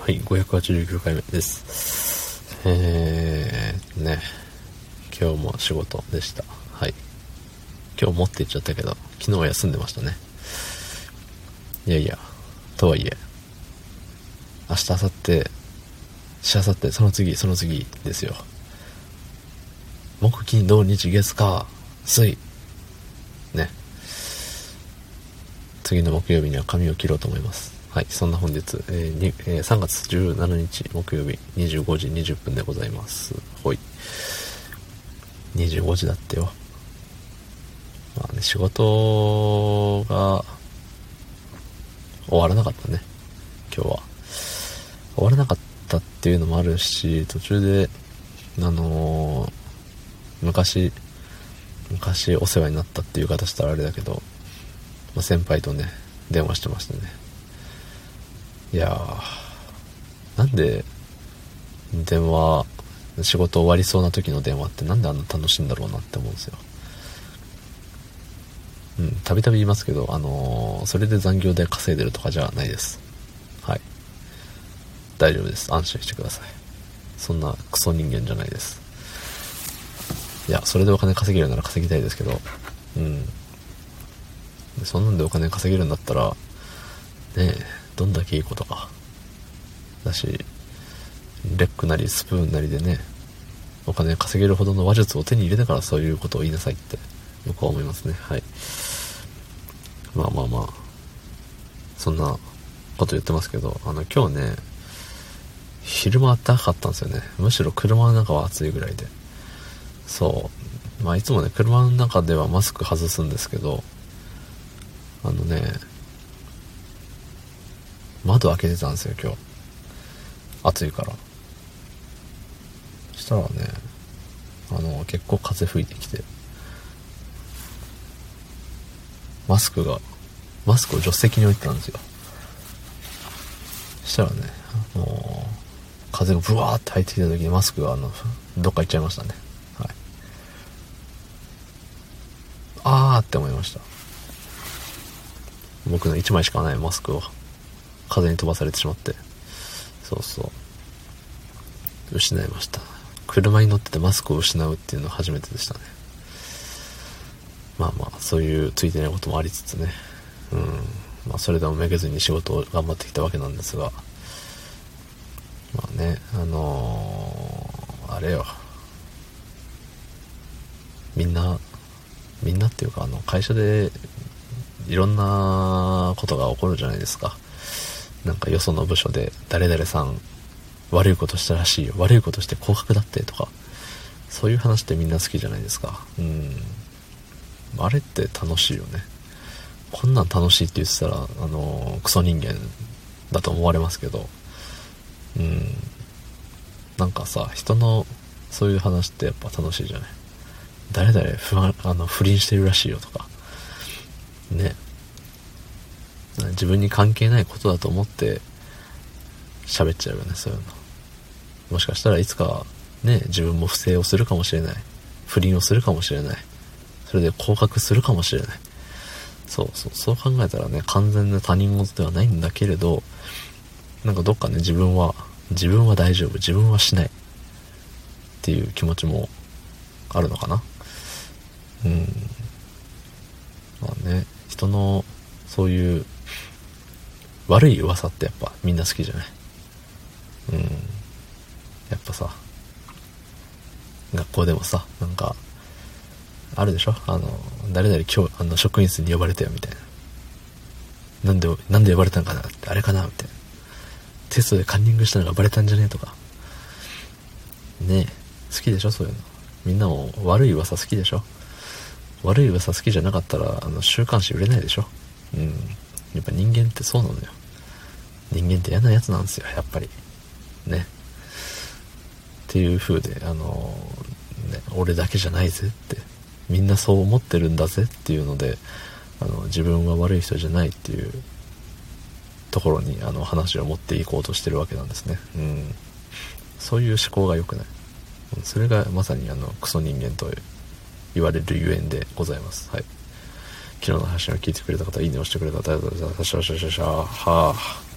はい、589回目です。今日も仕事でした。はい。今日もって言っちゃったけど、昨日は休んでましたね。いやいや、とはいえ、明日、明後日、しあさって、その次ですよ。木、金、土、日、月、火、水。ね。次の木曜日には髪を切ろうと思います。はい、そんな本日、3月17日木曜日25時20分でございます。ほい。25時だってよ。まあね、仕事が終わらなかったね、今日は。終わらなかったっていうのもあるし、途中で、昔お世話になったっていう方したらあれだけど、先輩とね、電話してましたね。いやー、なんで仕事終わりそうな時の電話ってなんであんな楽しいんだろうなって思うんですよ。たびたび言いますけど、それで残業代稼いでるとかじゃないです。はい、大丈夫です。安心してください。そんなクソ人間じゃないです。いや、それでお金稼げるなら稼ぎたいですけど、そんなんでお金稼げるんだったらねえ、どんだけいいことかだし、レックなりスプーンなりでね、お金稼げるほどの話術を手に入れてからそういうことを言いなさいって僕は思いますね。はい。まあそんなこと言ってますけど、今日ね、昼間暖かったんですよね。むしろ車の中は暑いぐらいで。そう、いつもね、車の中ではマスク外すんですけど、窓開けてたんですよ今日。暑いから。したらね、結構風吹いてきて、マスクを助手席に置いてたんですよ。したらね、風がブワーって入ってきた時にマスクがどっか行っちゃいましたね。はい。あーって思いました。僕の1枚しかないマスクを風に飛ばされてしまって、失いました。車に乗っててマスクを失うっていうのは初めてでしたね。そういうついてないこともありつつね、それでもめげずに仕事を頑張ってきたわけなんですが、あれよ、みんなっていうか、会社でいろんなことが起こるじゃないですか。なんかよその部署で誰々さん悪いことしたらしいよ、悪いことして降格だってとか、そういう話ってみんな好きじゃないですか。あれって楽しいよね。こんなん楽しいって言ってたらクソ人間だと思われますけど、なんかさ、人のそういう話ってやっぱ楽しいじゃない。誰々不倫してるらしいよとかね、自分に関係ないことだと思って喋っちゃうよね、そういうの。もしかしたらいつかね、自分も不正をするかもしれない、不倫をするかもしれない、それで降格するかもしれない。そう考えたらね、完全な他人事ではないんだけれど、なんかどっかね、自分は大丈夫、自分はしないっていう気持ちもあるのかな。人のそういう悪い噂ってやっぱみんな好きじゃない。やっぱさ、学校でもさ、なんかあるでしょ、誰々今日職員室に呼ばれたよみたいな、なんで呼ばれたんかなって、あれかなみたいな、テストでカンニングしたのがバレたんじゃねえとかね。好きでしょ、そういうの。みんなも悪い噂好きでしょ。悪い噂好きじゃなかったら週刊誌売れないでしょ。やっぱ人間ってそうなのよ。人間って嫌なやつなんですよ、やっぱりね。っていう風で俺だけじゃないぜって、みんなそう思ってるんだぜっていうので、自分は悪い人じゃないっていうところに話を持っていこうとしてるわけなんですね。そういう思考が良くない。それがまさにクソ人間と言われるゆえんでございます。はい。昨日の配信を聞いてくれた方、いいねをしてくれた方、ありがとうございます。はあ。